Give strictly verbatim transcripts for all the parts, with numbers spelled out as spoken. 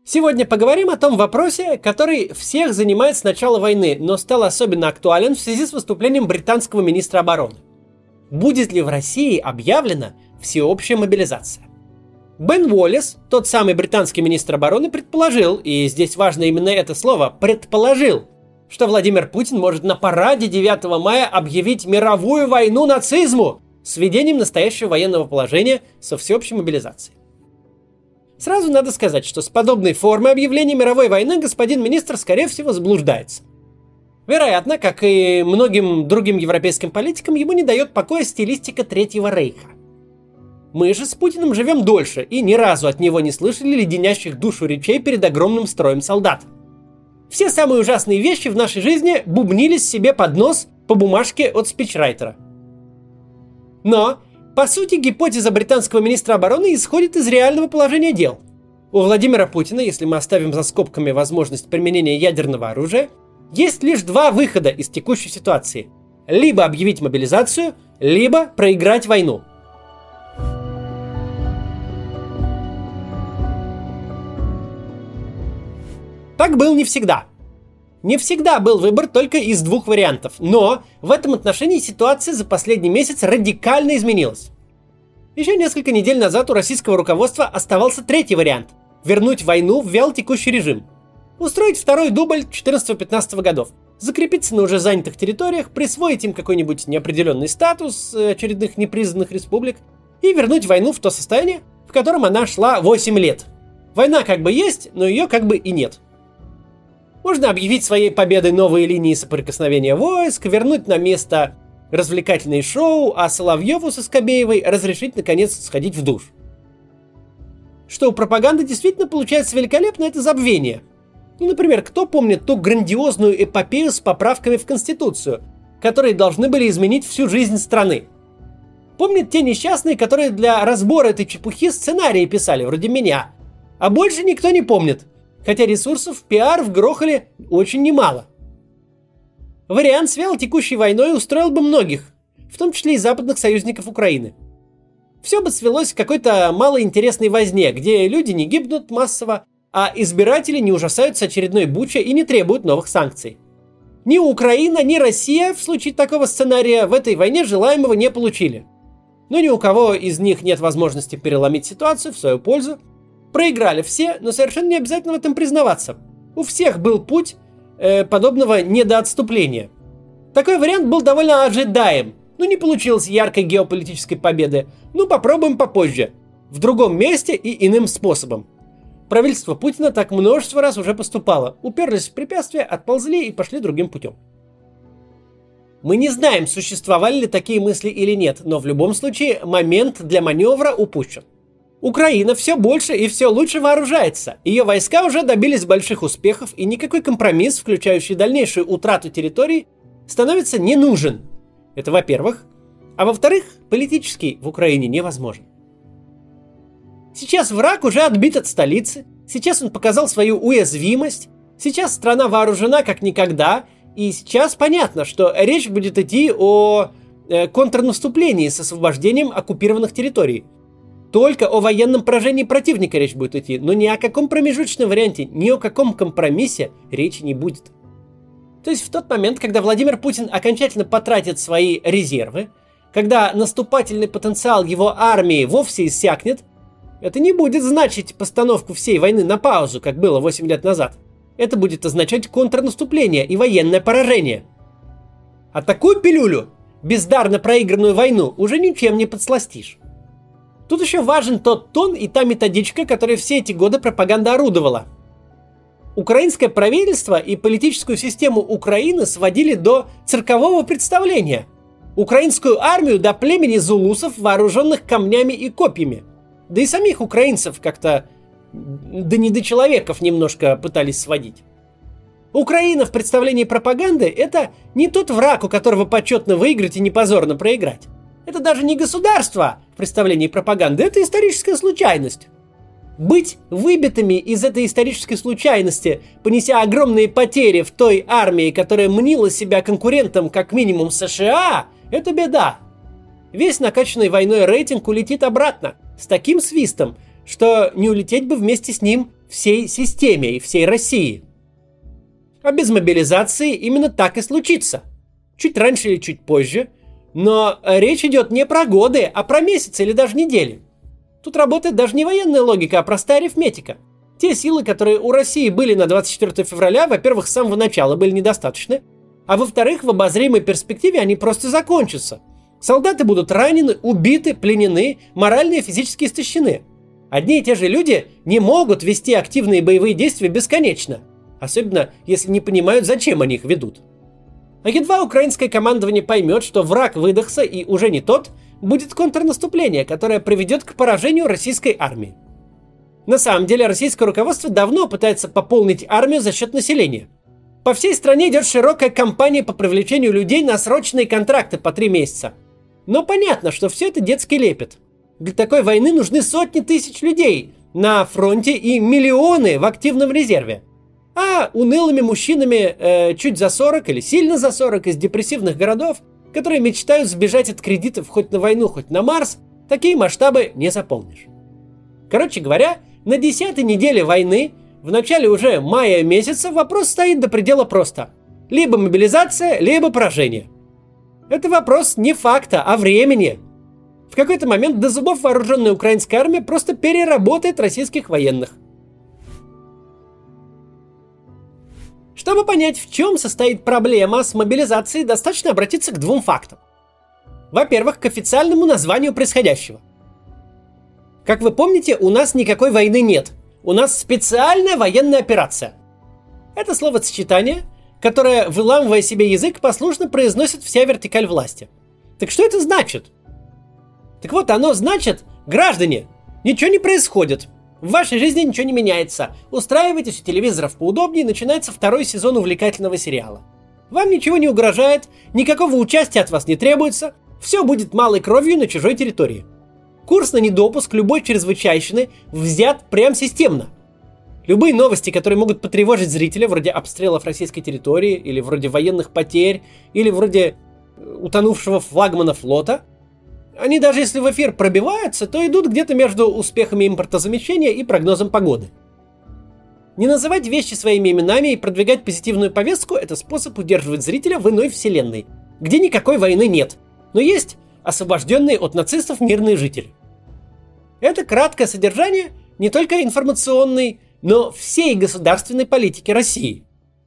Сегодня поговорим о том вопросе, который всех занимает с начала войны, но стал особенно актуален в связи с выступлением британского министра обороны. Будет ли в России объявлена всеобщая мобилизация? Бен Уоллес, тот самый британский министр обороны, предположил, и здесь важно именно это слово, предположил, что Владимир Путин может на параде девятого мая объявить мировую войну нацизму с введением настоящего военного положения со всеобщей мобилизацией. Сразу надо сказать, что с подобной формой объявления мировой войны господин министр, скорее всего, заблуждается. Вероятно, как и многим другим европейским политикам, ему не дает покоя стилистика Третьего Рейха. Мы же с Путиным живем дольше и ни разу от него не слышали леденящих душу речей перед огромным строем солдат. Все самые ужасные вещи в нашей жизни бубнились себе под нос по бумажке от спичрайтера. Но, по сути, гипотеза британского министра обороны исходит из реального положения дел. У Владимира Путина, если мы оставим за скобками возможность применения ядерного оружия, есть лишь два выхода из текущей ситуации. Либо объявить мобилизацию, либо проиграть войну. Так было не всегда. Не всегда был выбор только из двух вариантов, но в этом отношении ситуация за последний месяц радикально изменилась. Еще несколько недель назад у российского руководства оставался третий вариант – вернуть войну в вялотекущий режим. Устроить второй дубль четырнадцатого-пятнадцатого годов, закрепиться на уже занятых территориях, присвоить им какой-нибудь неопределенный статус очередных непризнанных республик и вернуть войну в то состояние, в котором она шла восемь лет. Война как бы есть, но ее как бы и нет. Можно объявить своей победой новые линии соприкосновения войск, вернуть на место развлекательные шоу, а Соловьеву со Скобеевой разрешить наконец сходить в душ. Что у пропаганды действительно получается великолепно, это забвение. Ну, например, кто помнит ту грандиозную эпопею с поправками в Конституцию, которые должны были изменить всю жизнь страны? Помнит те несчастные, которые для разбора этой чепухи сценарии писали, вроде меня. А больше никто не помнит. Хотя ресурсов пиар вгрохали очень немало. Вариант с вялотекущей войной устроил бы многих, в том числе и западных союзников Украины. Все бы свелось к какой-то малоинтересной возне, где люди не гибнут массово, а избиратели не ужасаются очередной бучей и не требуют новых санкций. Ни Украина, ни Россия в случае такого сценария в этой войне желаемого не получили. Но ни у кого из них нет возможности переломить ситуацию в свою пользу. Проиграли все, но совершенно не обязательно в этом признаваться. У всех был путь э, подобного недоотступления. Такой вариант был довольно ожидаем. Ну, не получилось яркой геополитической победы. Ну, попробуем попозже. В другом месте и иным способом. Правительство Путина так множество раз уже поступало. Уперлись в препятствия, отползли и пошли другим путем. Мы не знаем, существовали ли такие мысли или нет, но в любом случае момент для маневра упущен. Украина все больше и все лучше вооружается. Ее войска уже добились больших успехов, и никакой компромисс, включающий дальнейшую утрату территорий, становится не нужен. Это во-первых. А во-вторых, политический в Украине невозможен. Сейчас враг уже отбит от столицы, сейчас он показал свою уязвимость, сейчас страна вооружена как никогда, и сейчас понятно, что речь будет идти о э, контрнаступлении с освобождением оккупированных территорий. Только о военном поражении противника речь будет идти, но ни о каком промежуточном варианте, ни о каком компромиссе речи не будет. То есть в тот момент, когда Владимир Путин окончательно потратит свои резервы, когда наступательный потенциал его армии вовсе иссякнет, это не будет значить постановку всей войны на паузу, как было восемь лет назад. Это будет означать контрнаступление и военное поражение. А такую пилюлю, бездарно проигранную войну, уже ничем не подсластишь. Тут еще важен тот тон и та методичка, которой все эти годы пропаганда орудовала. Украинское правительство и политическую систему Украины сводили до циркового представления. Украинскую армию до племени зулусов, вооруженных камнями и копьями. Да и самих украинцев как-то до недочеловеков немножко пытались сводить. Украина в представлении пропаганды – это не тот враг, у которого почетно выиграть и не позорно проиграть. Это даже не государство в представлении пропаганды, это историческая случайность. Быть выбитыми из этой исторической случайности, понеся огромные потери в той армии, которая мнила себя конкурентом как минимум США, это беда. Весь накачанный войной рейтинг улетит обратно, с таким свистом, что не улететь бы вместе с ним всей системе и всей России. А без мобилизации именно так и случится. Чуть раньше или чуть позже. Но речь идет не про годы, а про месяцы или даже недели. Тут работает даже не военная логика, а простая арифметика. Те силы, которые у России были на двадцать четвёртого февраля, во-первых, с самого начала были недостаточны, а во-вторых, в обозримой перспективе они просто закончатся. Солдаты будут ранены, убиты, пленены, морально и физически истощены. Одни и те же люди не могут вести активные боевые действия бесконечно, особенно если не понимают, зачем они их ведут. А едва украинское командование поймет, что враг выдохся и уже не тот, будет контрнаступление, которое приведет к поражению российской армии. На самом деле российское руководство давно пытается пополнить армию за счет населения. По всей стране идет широкая кампания по привлечению людей на срочные контракты по три месяца. Но понятно, что все это детский лепет. Для такой войны нужны сотни тысяч людей на фронте и миллионы в активном резерве. А унылыми мужчинами э, чуть за сорок или сильно за сорок из депрессивных городов, которые мечтают сбежать от кредитов хоть на войну, хоть на Марс, такие масштабы не заполнишь. Короче говоря, на десятой неделе войны, в начале уже мая месяца, вопрос стоит до предела просто. Либо мобилизация, либо поражение. Это вопрос не факта, а времени. В какой-то момент до зубов вооруженная украинская армия просто переработает российских военных. Чтобы понять, в чем состоит проблема с мобилизацией, достаточно обратиться к двум фактам. Во-первых, к официальному названию происходящего. Как вы помните, у нас никакой войны нет. У нас специальная военная операция. Это словосочетание, которое, выламывая себе язык, послушно произносит вся вертикаль власти. Так что это значит? Так вот, оно значит: граждане, ничего не происходит. В вашей жизни ничего не меняется. Устраивайтесь у телевизоров поудобнее, начинается второй сезон увлекательного сериала. Вам ничего не угрожает, никакого участия от вас не требуется, все будет малой кровью на чужой территории. Курс на недопуск любой чрезвычайщины взят прям системно. Любые новости, которые могут потревожить зрителя, вроде обстрелов российской территории, или вроде военных потерь, или вроде утонувшего флагмана флота, они даже если в эфир пробиваются, то идут где-то между успехами импортозамещения и прогнозом погоды. Не называть вещи своими именами и продвигать позитивную повестку – это способ удерживать зрителя в иной вселенной, где никакой войны нет, но есть освобожденные от нацистов мирные жители. Это краткое содержание не только информационной, но всей государственной политики России.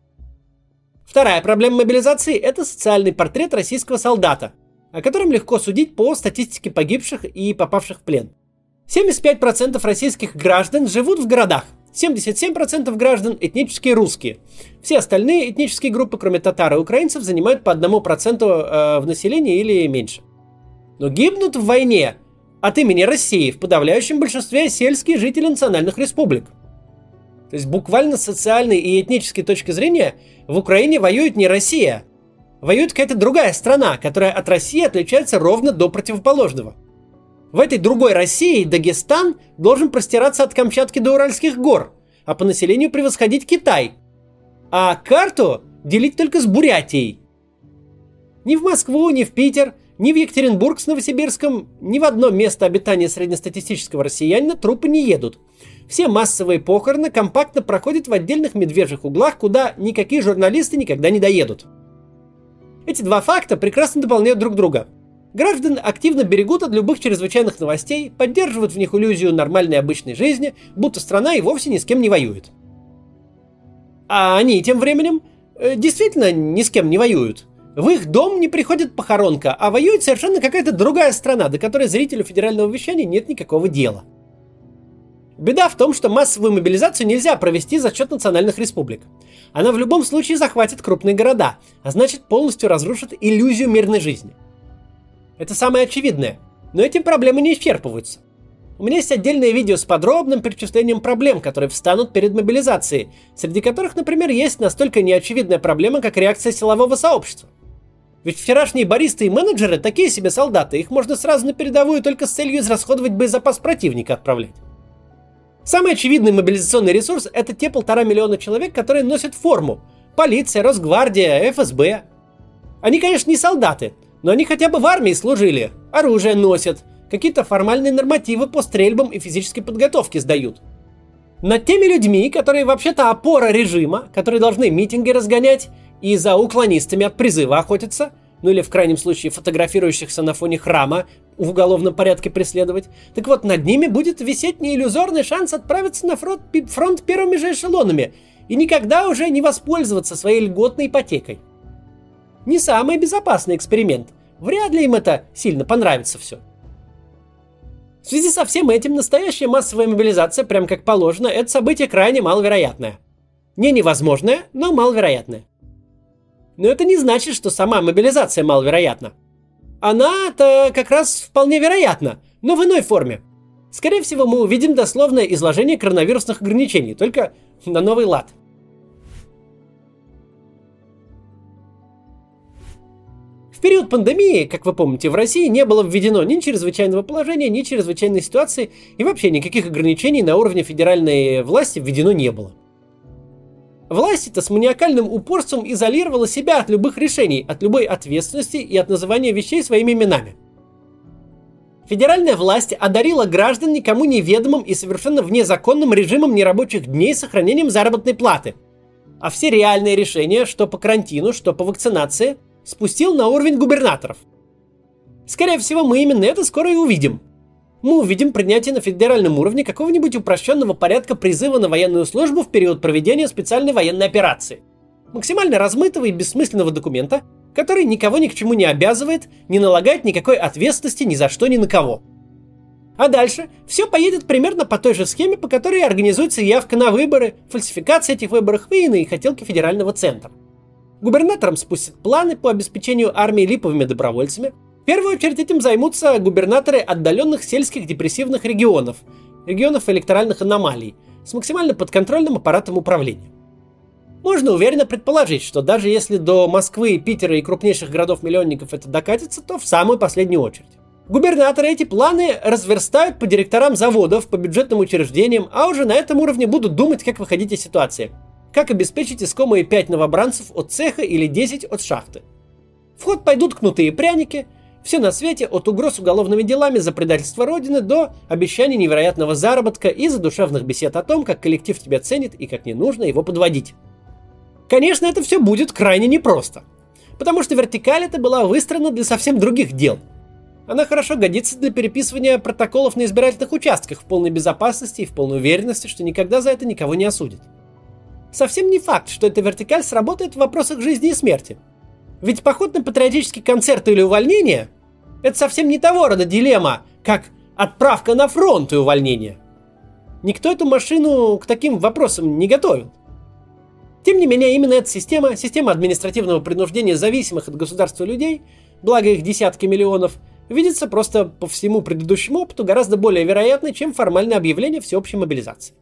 Вторая проблема мобилизации – это социальный портрет российского солдата, о котором легко судить по статистике погибших и попавших в плен. семьдесят пять процентов российских граждан живут в городах, семьдесят семь процентов граждан этнические русские. Все остальные этнические группы, кроме татар и украинцев, занимают по одному проценту э, в населении или меньше. Но гибнут в войне от имени России в подавляющем большинстве сельские жители национальных республик. То есть буквально с социальной и этнической точки зрения в Украине воюет не Россия. Воюет какая-то другая страна, которая от России отличается ровно до противоположного. В этой другой России Дагестан должен простираться от Камчатки до Уральских гор, а по населению превосходить Китай. А карту делить только с Бурятией. Ни в Москву, ни в Питер, ни в Екатеринбург с Новосибирском, ни в одно место обитания среднестатистического россиянина трупы не едут. Все массовые похороны компактно проходят в отдельных медвежьих углах, куда никакие журналисты никогда не доедут. Эти два факта прекрасно дополняют друг друга. Граждан активно берегут от любых чрезвычайных новостей, поддерживают в них иллюзию нормальной обычной жизни, будто страна и вовсе ни с кем не воюет. А они тем временем э, действительно ни с кем не воюют. В их дом не приходит похоронка, а воюет совершенно какая-то другая страна, до которой зрителю федерального вещания нет никакого дела. Беда в том, что массовую мобилизацию нельзя провести за счет национальных республик. Она в любом случае захватит крупные города, а значит полностью разрушит иллюзию мирной жизни. Это самое очевидное, но этим проблемы не исчерпываются. У меня есть отдельное видео с подробным перечислением проблем, которые встанут перед мобилизацией, среди которых, например, есть настолько неочевидная проблема, как реакция силового сообщества. Ведь вчерашние баристы и менеджеры такие себе солдаты, их можно сразу на передовую только с целью израсходовать боезапас противника отправлять. Самый очевидный мобилизационный ресурс – это те полтора миллиона человек, которые носят форму. Полиция, Росгвардия, эф эс бэ. Они, конечно, не солдаты, но они хотя бы в армии служили, оружие носят, какие-то формальные нормативы по стрельбам и физической подготовке сдают. Над теми людьми, которые вообще-то опора режима, которые должны митинги разгонять и за уклонистами от призыва охотиться, ну или в крайнем случае фотографирующихся на фоне храма в уголовном порядке преследовать. Так вот, над ними будет висеть неиллюзорный шанс отправиться на фронт, фронт первыми же эшелонами и никогда уже не воспользоваться своей льготной ипотекой. Не самый безопасный эксперимент. Вряд ли им это сильно понравится все. В связи со всем этим настоящая массовая мобилизация, прям как положено, это событие крайне маловероятное. Не невозможное, но маловероятное. Но это не значит, что сама мобилизация маловероятна. Она-то как раз вполне вероятна, но в иной форме. Скорее всего, мы увидим дословное изложение коронавирусных ограничений, только на новый лад. В период пандемии, как вы помните, в России не было введено ни чрезвычайного положения, ни чрезвычайной ситуации, и вообще никаких ограничений на уровне федеральной власти введено не было. Власть-то с маниакальным упорством изолировала себя от любых решений, от любой ответственности и от называния вещей своими именами. Федеральная власть одарила граждан никому неведомым и совершенно внезаконным режимом нерабочих дней с сохранением заработной платы. А все реальные решения, что по карантину, что по вакцинации, спустил на уровень губернаторов. Скорее всего, мы именно это скоро и увидим. Мы увидим принятие на федеральном уровне какого-нибудь упрощенного порядка призыва на военную службу в период проведения специальной военной операции. Максимально размытого и бессмысленного документа, который никого ни к чему не обязывает, не налагает никакой ответственности ни за что, ни на кого. А дальше все поедет примерно по той же схеме, по которой организуется явка на выборы, фальсификация этих выборов и иные хотелки федерального центра. Губернаторам спустят планы по обеспечению армии липовыми добровольцами. В первую очередь этим займутся губернаторы отдаленных сельских депрессивных регионов, регионов электоральных аномалий, с максимально подконтрольным аппаратом управления. Можно уверенно предположить, что даже если до Москвы, Питера и крупнейших городов-миллионников это докатится, то в самую последнюю очередь. Губернаторы эти планы разверстают по директорам заводов, по бюджетным учреждениям, а уже на этом уровне будут думать, как выходить из ситуации. Как обеспечить искомые пять новобранцев от цеха или десять от шахты. В ход пойдут кнуты и пряники, все на свете, от угроз уголовными делами за предательство Родины до обещаний невероятного заработка и задушевных бесед о том, как коллектив тебя ценит и как не нужно его подводить. Конечно, это все будет крайне непросто, потому что вертикаль эта была выстроена для совсем других дел. Она хорошо годится для переписывания протоколов на избирательных участках в полной безопасности и в полной уверенности, что никогда за это никого не осудят. Совсем не факт, что эта вертикаль сработает в вопросах жизни и смерти. Ведь поход на патриотический концерт или увольнение – это совсем не того рода дилемма, как отправка на фронт и увольнение. Никто эту машину к таким вопросам не готовил. Тем не менее, именно эта система, система административного принуждения зависимых от государства людей, благо их десятки миллионов, видится просто по всему предыдущему опыту гораздо более вероятной, чем формальное объявление всеобщей мобилизации.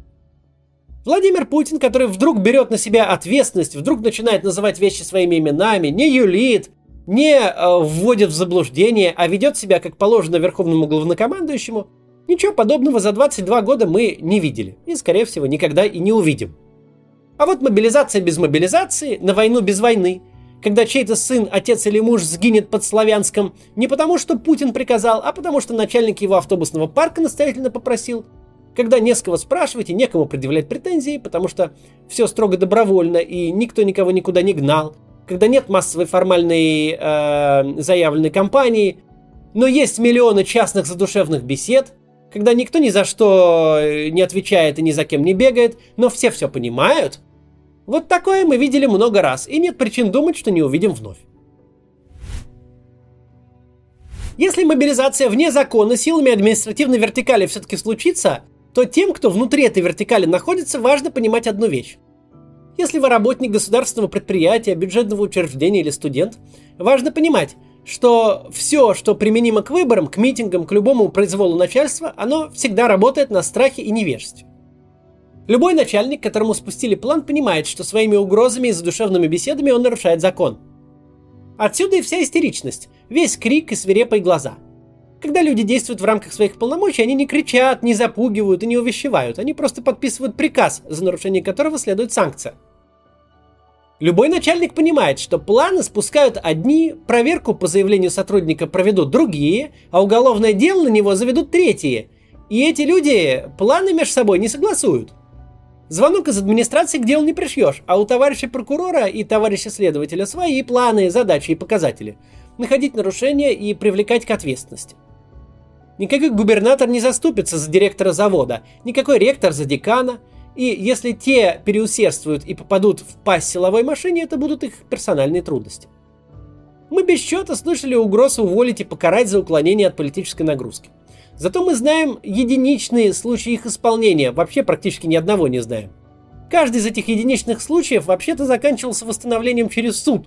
Владимир Путин, который вдруг берет на себя ответственность, вдруг начинает называть вещи своими именами, не юлит, не э, вводит в заблуждение, а ведет себя как положено верховному главнокомандующему, ничего подобного за двадцать два года мы не видели и, скорее всего, никогда и не увидим. А вот мобилизация без мобилизации, на войну без войны, когда чей-то сын, отец или муж сгинет под Славянском не потому, что Путин приказал, а потому, что начальник его автобусного парка настоятельно попросил, когда не с кого спрашивать и некому предъявлять претензии, потому что все строго добровольно и никто никого никуда не гнал, когда нет массовой формальной э, заявленной кампании, но есть миллионы частных задушевных бесед, когда никто ни за что не отвечает и ни за кем не бегает, но все все понимают. Вот такое мы видели много раз, и нет причин думать, что не увидим вновь. Если мобилизация вне закона силами административной вертикали все-таки случится, то тем, кто внутри этой вертикали находится, важно понимать одну вещь. Если вы работник государственного предприятия, бюджетного учреждения или студент, важно понимать, что все, что применимо к выборам, к митингам, к любому произволу начальства, оно всегда работает на страхе и невежестве. Любой начальник, которому спустили план, понимает, что своими угрозами и задушевными беседами он нарушает закон. Отсюда и вся истеричность, весь крик и свирепые глаза. Когда люди действуют в рамках своих полномочий, они не кричат, не запугивают и не увещевают, они просто подписывают приказ, за нарушение которого следует санкция. Любой начальник понимает, что планы спускают одни, проверку по заявлению сотрудника проведут другие, а уголовное дело на него заведут третьи. И эти люди планы между собой не согласуют. Звонок из администрации, где он не пришьешь, а у товарища прокурора и товарища следователя свои планы, задачи и показатели. Находить нарушения и привлекать к ответственности. Никакой губернатор не заступится за директора завода, никакой ректор за декана, и если те переусердствуют и попадут в пасть силовой машине, это будут их персональные трудности. Мы без счета слышали угрозы уволить и покарать за уклонение от политической нагрузки. Зато мы знаем единичные случаи их исполнения, вообще практически ни одного не знаем. Каждый из этих единичных случаев вообще-то заканчивался восстановлением через суд.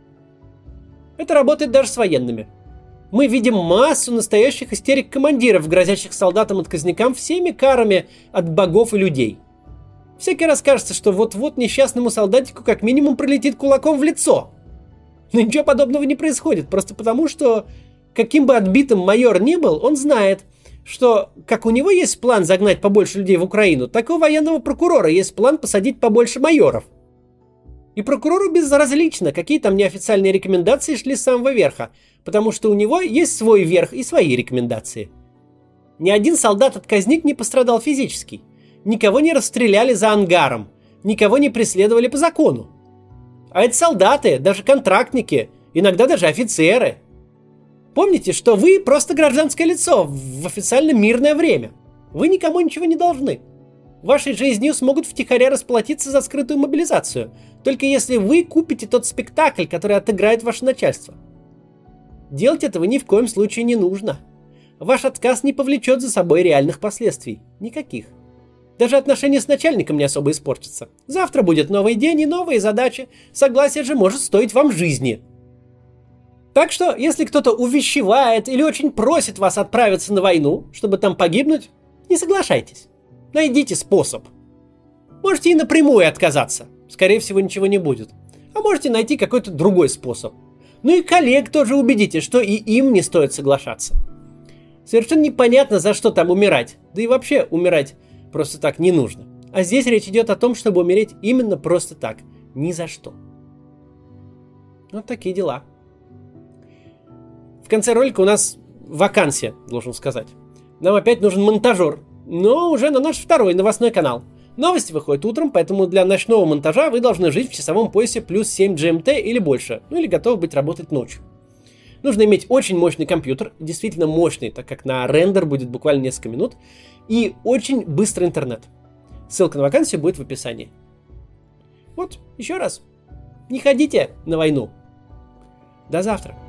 Это работает даже с военными. Мы видим массу настоящих истерик командиров, грозящих солдатам-отказникам всеми карами от богов и людей. Всякий раз кажется, что вот-вот несчастному солдатику как минимум прилетит кулаком в лицо. Но ничего подобного не происходит, просто потому что, каким бы отбитым майор ни был, он знает, что как у него есть план загнать побольше людей в Украину, так и у военного прокурора есть план посадить побольше майоров. И прокурору безразлично, какие там неофициальные рекомендации шли с самого верха, потому что у него есть свой верх и свои рекомендации. Ни один солдат-отказник не пострадал физически, никого не расстреляли за ангаром, никого не преследовали по закону. А это солдаты, даже контрактники, иногда даже офицеры. Помните, что вы просто гражданское лицо в официально мирное время. Вы никому ничего не должны. Вашей жизнью смогут втихаря расплатиться за скрытую мобилизацию, только если вы купите тот спектакль, который отыграет ваше начальство. Делать этого ни в коем случае не нужно. Ваш отказ не повлечет за собой реальных последствий. Никаких. Даже отношения с начальником не особо испортятся. Завтра будет новый день и новые задачи. Согласие же может стоить вам жизни. Так что, если кто-то увещевает или очень просит вас отправиться на войну, чтобы там погибнуть, не соглашайтесь. Найдите способ. Можете и напрямую отказаться. Скорее всего, ничего не будет. А можете найти какой-то другой способ. Ну и коллег тоже убедите, что и им не стоит соглашаться. Совершенно непонятно, за что там умирать. Да и вообще умирать просто так не нужно. А здесь речь идет о том, чтобы умереть именно просто так. Ни за что. Вот такие дела. В конце ролика у нас вакансия, должен сказать. Нам опять нужен монтажер, но уже на наш второй новостной канал. Новости выходят утром, поэтому для ночного монтажа вы должны жить в часовом поясе плюс семь джи эм ти или больше, ну или готовы быть работать ночью. Нужно иметь очень мощный компьютер, действительно мощный, так как на рендер будет буквально несколько минут, и очень быстрый интернет. Ссылка на вакансию будет в описании. Вот, еще раз, не ходите на войну. До завтра.